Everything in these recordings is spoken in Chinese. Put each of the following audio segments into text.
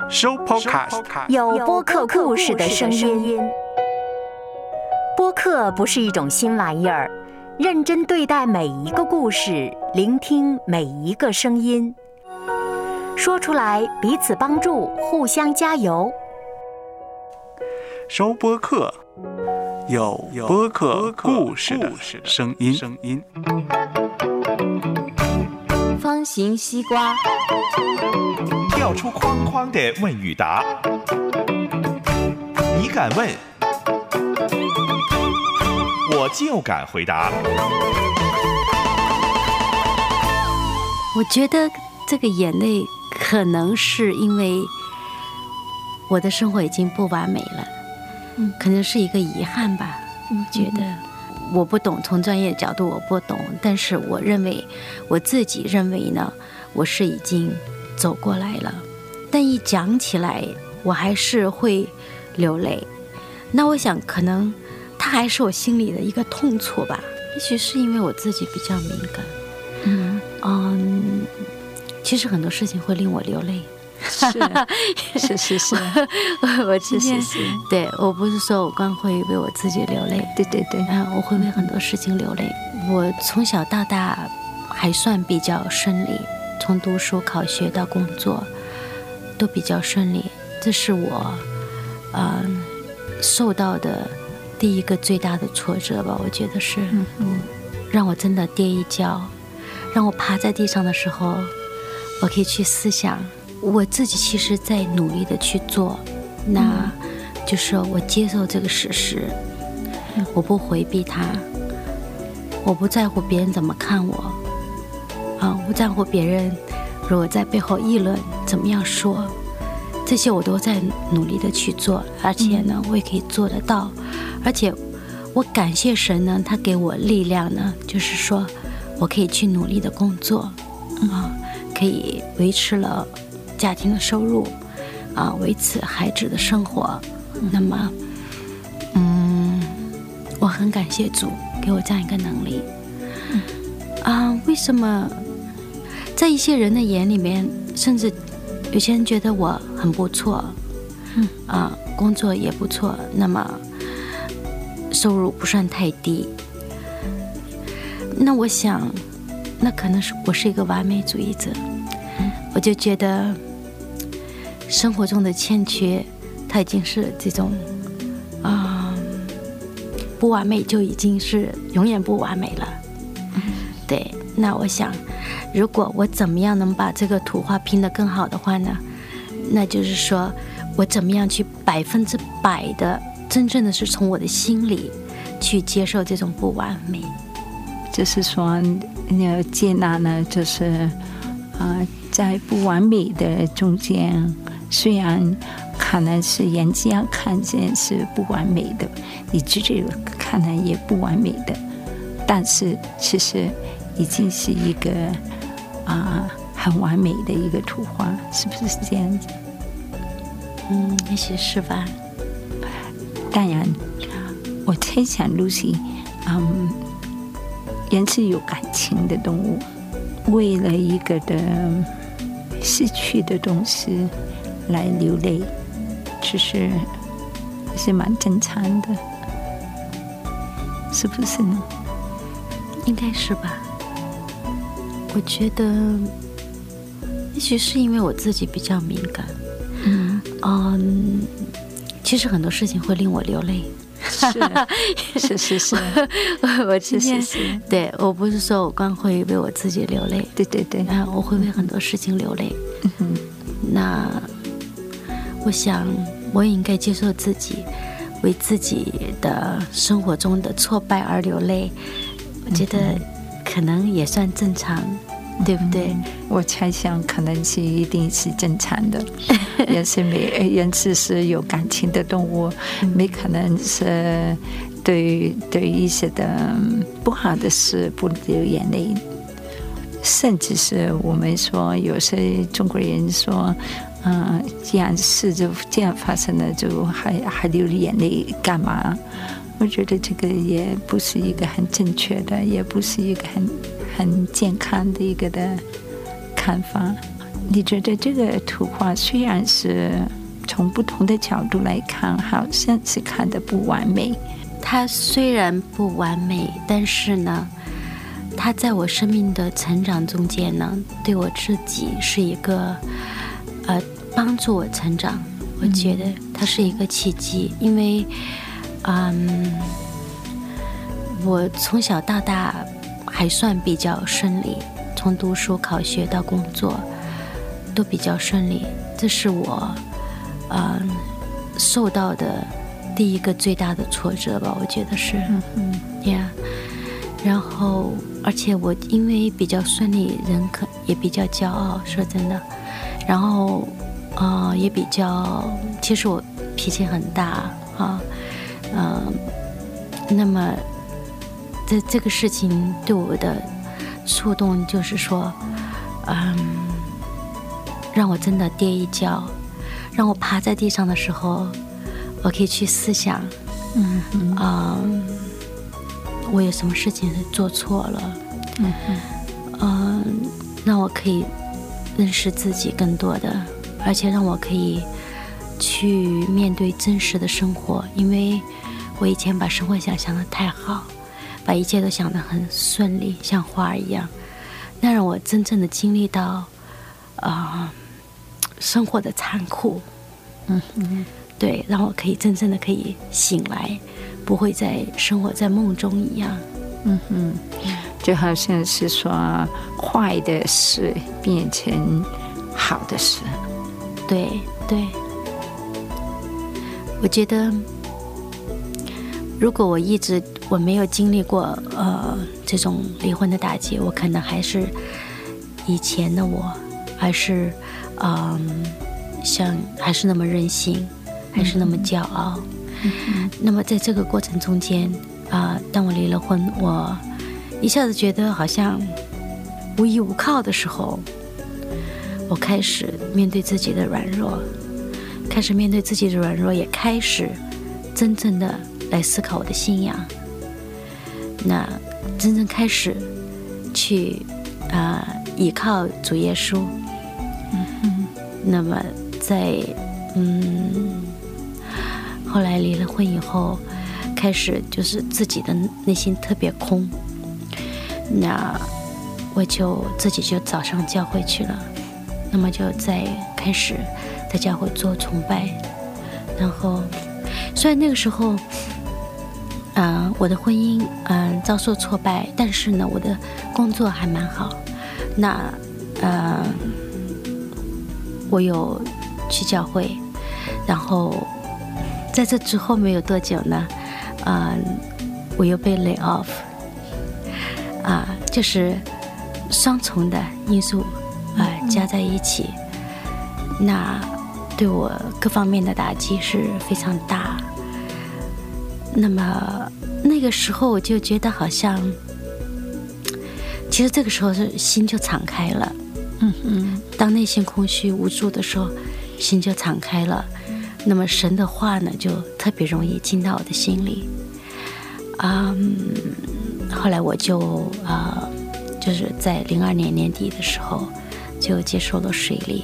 收 Podcast， 有播客故事的声音。播客不是一种新玩意儿，认真对待每一个故事，聆听每一个声音，说出来彼此帮助，互相加油。 收播客，有播客故事的声音。 方形西瓜， 跳出框框的问与答，你敢问，我就敢回答。 我觉得这个眼泪可能是因为我的生活已经不完美了，可能是一个遗憾吧。觉得我不懂，从专业角度我不懂，但是我自己认为呢，我是已经走过来了。但一讲起来，我还是会流泪。那我想，可能它还是我心里的一个痛楚吧。也许是因为我自己比较敏感。其实很多事情会令我流泪。是我今天对我不是说我刚会为我自己流泪，对，我会为很多事情流泪。我从小到大还算比较顺利，从读书考学到工作都比较顺利，这是我受到的第一个最大的挫折吧。我觉得是让我真的跌一跤，让我趴在地上的时候，我可以去思想我自己其实在努力的去做，那就是我接受这个事实，我不回避它，我不在乎别人怎么看我，不在乎别人如果在背后议论怎么样说，这些我都在努力的去做，而且呢我也可以做得到，而且我感谢神呢，他给我力量呢，就是说我可以去努力的工作，可以维持了家庭的收入，维持孩子的生活。那么我很感谢主给我这样一个能力。为什么在一些人的眼里面，甚至有些人觉得我很不错，工作也不错，那么收入不算太低，那我想那可能是我是一个完美主义者。我就觉得生活中的欠缺，它已经是这种不完美，就已经是永远不完美了。对，那我想如果我怎么样能把这个图画拼得更好的话呢，那就是说我怎么样去100%的真正的是从我的心里去接受这种不完美， 就是说接纳呢，就是在不完美的中间，虽然可能是人家看见是不完美的，你自己看来也不完美的，但是其实已经是一个很完美的一个图画，是不是这样子？ 也许是吧。 当然我猜想 Lucy 人是有感情的动物，为了一个的失去的东西来流泪，其实是蛮正常的，是不是呢？ 应该是吧。我觉得也许是因为我自己比较敏感。其实很多事情会令我流泪。 是我今天对我不是说我光会为我自己流泪，对，我会为很多事情流泪。那我想我也应该接受自己为自己的生活中的挫败而流泪，我觉得可能也算正常，对不对？ 我猜想可能是一定是正常的。人是有感情的动物，没可能是对一些的不好的事不流眼泪，甚至是我们说有些中国人说既然事就这样发生了，就还流眼泪干嘛？我觉得这个也不是一个很正确的，也不是一个很健康的一个的看法。 你觉得这个图画虽然是从不同的角度来看，好像是看得不完美。 它虽然不完美，但是呢，它在我生命的成长中间呢，对我自己是一个帮助我成长。我觉得它是一个契机，因为我从小到大还算比较顺利，从读书、考学到工作都比较顺利。这是我受到的第一个最大的挫折吧，我觉得是。然后而且我因为比较顺利，人也比较骄傲，说真的。然后也比较，其实我脾气很大啊，那么这个事情对我的触动就是说，让我真的跌一跤，让我趴在地上的时候，我可以去思想，我有什么事情是做错了，让我可以认识自己更多的，而且让我可以去面对真实的生活，因为我以前把生活想象得太好，把一切都想得很顺利，像花儿一样，那让我真正的经历到生活的残酷，对，让我可以真正的可以醒来，不会再生活在梦中一样。 就好像是说坏的事变成好的事。 对，我觉得如果我没有经历过这种离婚的打击，我可能还是以前的我，还是还是那么任性，还是那么骄傲。那么在这个过程中间当我离了婚，我一下子觉得好像无依无靠的时候，我开始面对自己的软弱，也开始真正的来思考我的信仰，那真正开始去依靠主耶稣。那么在后来离了婚以后，开始就是自己的内心特别空，那我就自己就早上教会去了，那么就开始在教会做崇拜。然后虽然那个时候我的婚姻遭受挫败，但是呢我的工作还蛮好。那我有去教会，然后在这之后没有多久呢我又被 lay off， 就是双重的因素加在一起，那对我各方面的打击是非常大。那么那个时候我就觉得好像，其实这个时候是心就敞开了。当内心空虚无助的时候，心就敞开了，那么神的话呢就特别容易进到我的心里。后来我就是在02年年底的时候就接受了水礼。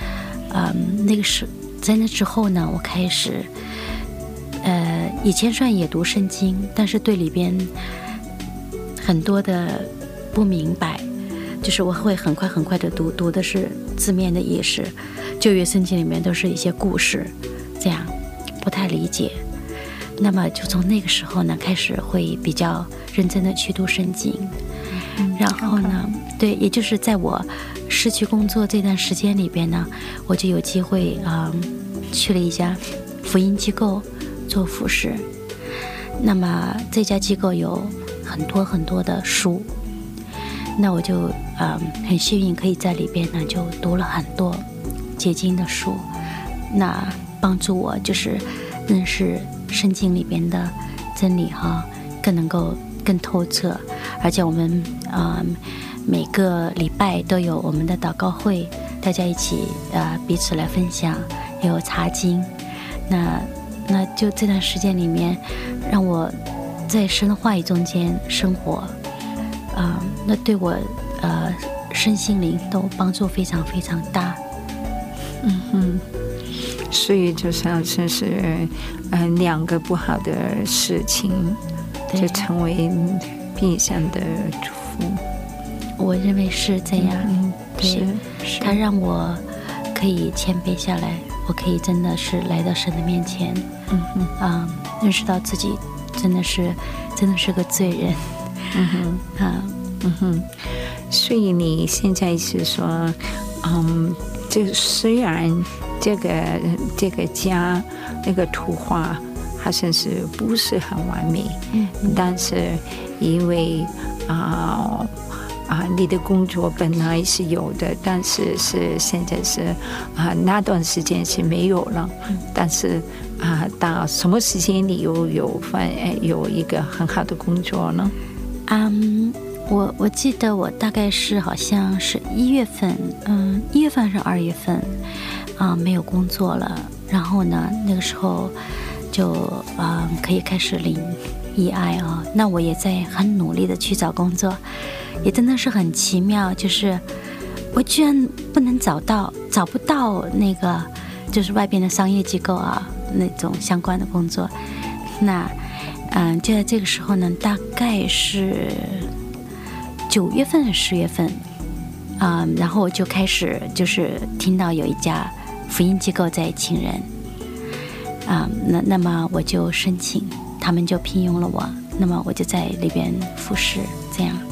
在那之后呢，我开始以前算也读圣经，但是对里边很多的不明白，就是我会很快的读的是字面的意思，旧约圣经里面都是一些故事，这样不太理解。那么就从那个时候呢开始会比较认真的去读圣经。然后呢对，也就是在我失去工作这段时间里边呢，我就有机会去了一家福音机构做服侍。那么这家机构有很多的书，那我就很幸运可以在里边呢就读了很多解经的书，那帮助我就是认识圣经里边的真理更能够更透彻。而且我们每个礼拜都有我们的祷告会，大家一起彼此来分享，也有查经。那就这段时间里面，让我在神的话语中间生活，那对我身心灵都帮助非常非常大。 所以就像是两个不好的事情，就成为变相的祝福。 我认为是这样。对，它让我可以谦卑下来，我可以真的是来到神的面前，认识到自己真的是个罪人。 所以你现在是说，就虽然这个家那个图画好像是不是很完美，但是因为你的工作本来是有的，但是现在是那段时间是没有了，但是到什么时间你又有一个很好的工作呢？ 我记得我大概是好像是1月份，1月份还是2月份没有工作了，然后呢那个时候就可以开始领EI那我也在很努力的去找工作，也真的是很奇妙，就是我居然找不到那个就是外边的商业机构那种相关的工作。那就在这个时候呢，大概是9月份10月份然后我就开始就是听到有一家福音机构在请人那么我就申请，他们就聘用了我，那么我就在里边服侍，这样。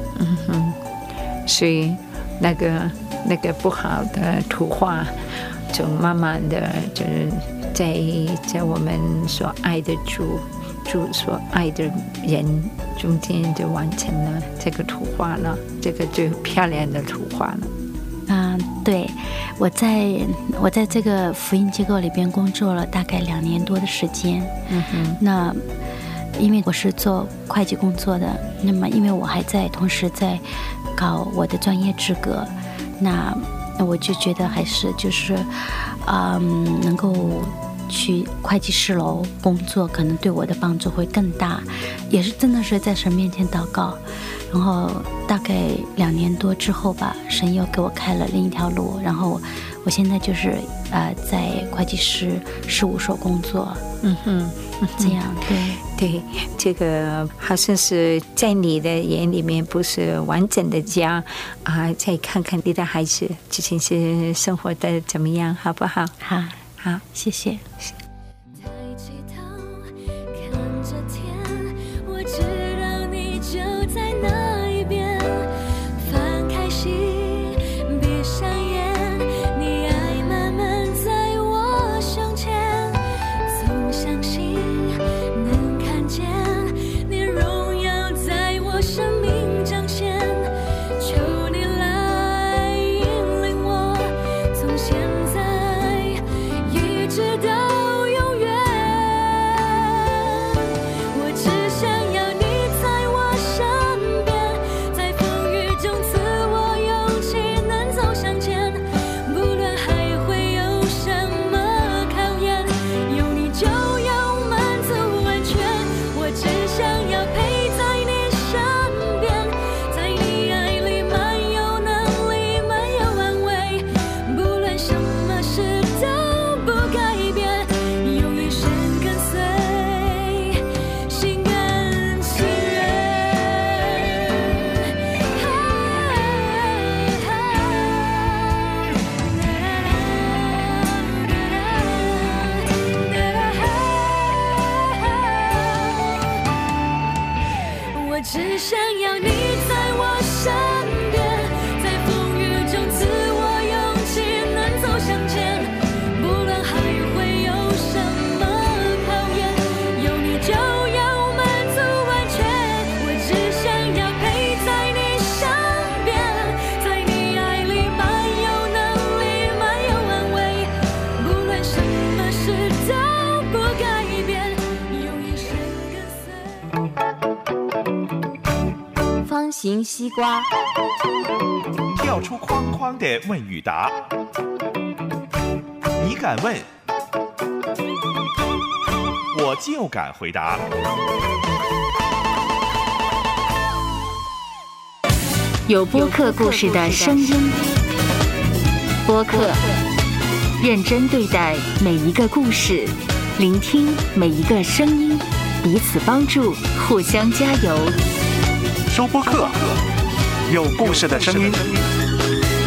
所以那个不好的图画就慢慢的就是在我们所爱的主所爱的人中间就完成了这个图画了，这个最漂亮的图画了。 对，我在这个福音机构里边工作了大概2年多的时间。那因为我是做会计工作的，那么因为我还同时在搞我的专业资格，那我就觉得还是就是能够去会计师楼工作，可能对我的帮助会更大，也是真的是在神面前祷告，然后大概2年多之后吧，神又给我开了另一条路，然后我现在就是在会计师事务所工作。这样。 对，这个好像是在你的眼里面不是完整的家再看看你的孩子之前是生活的怎么样，好不好？ 好，谢谢。 型西瓜， 跳出框框的问与答，你敢问，我就敢回答。 有播客故事的声音。播客，认真对待每一个故事，聆听每一个声音，彼此帮助，互相加油。 收播客，有故事的声音。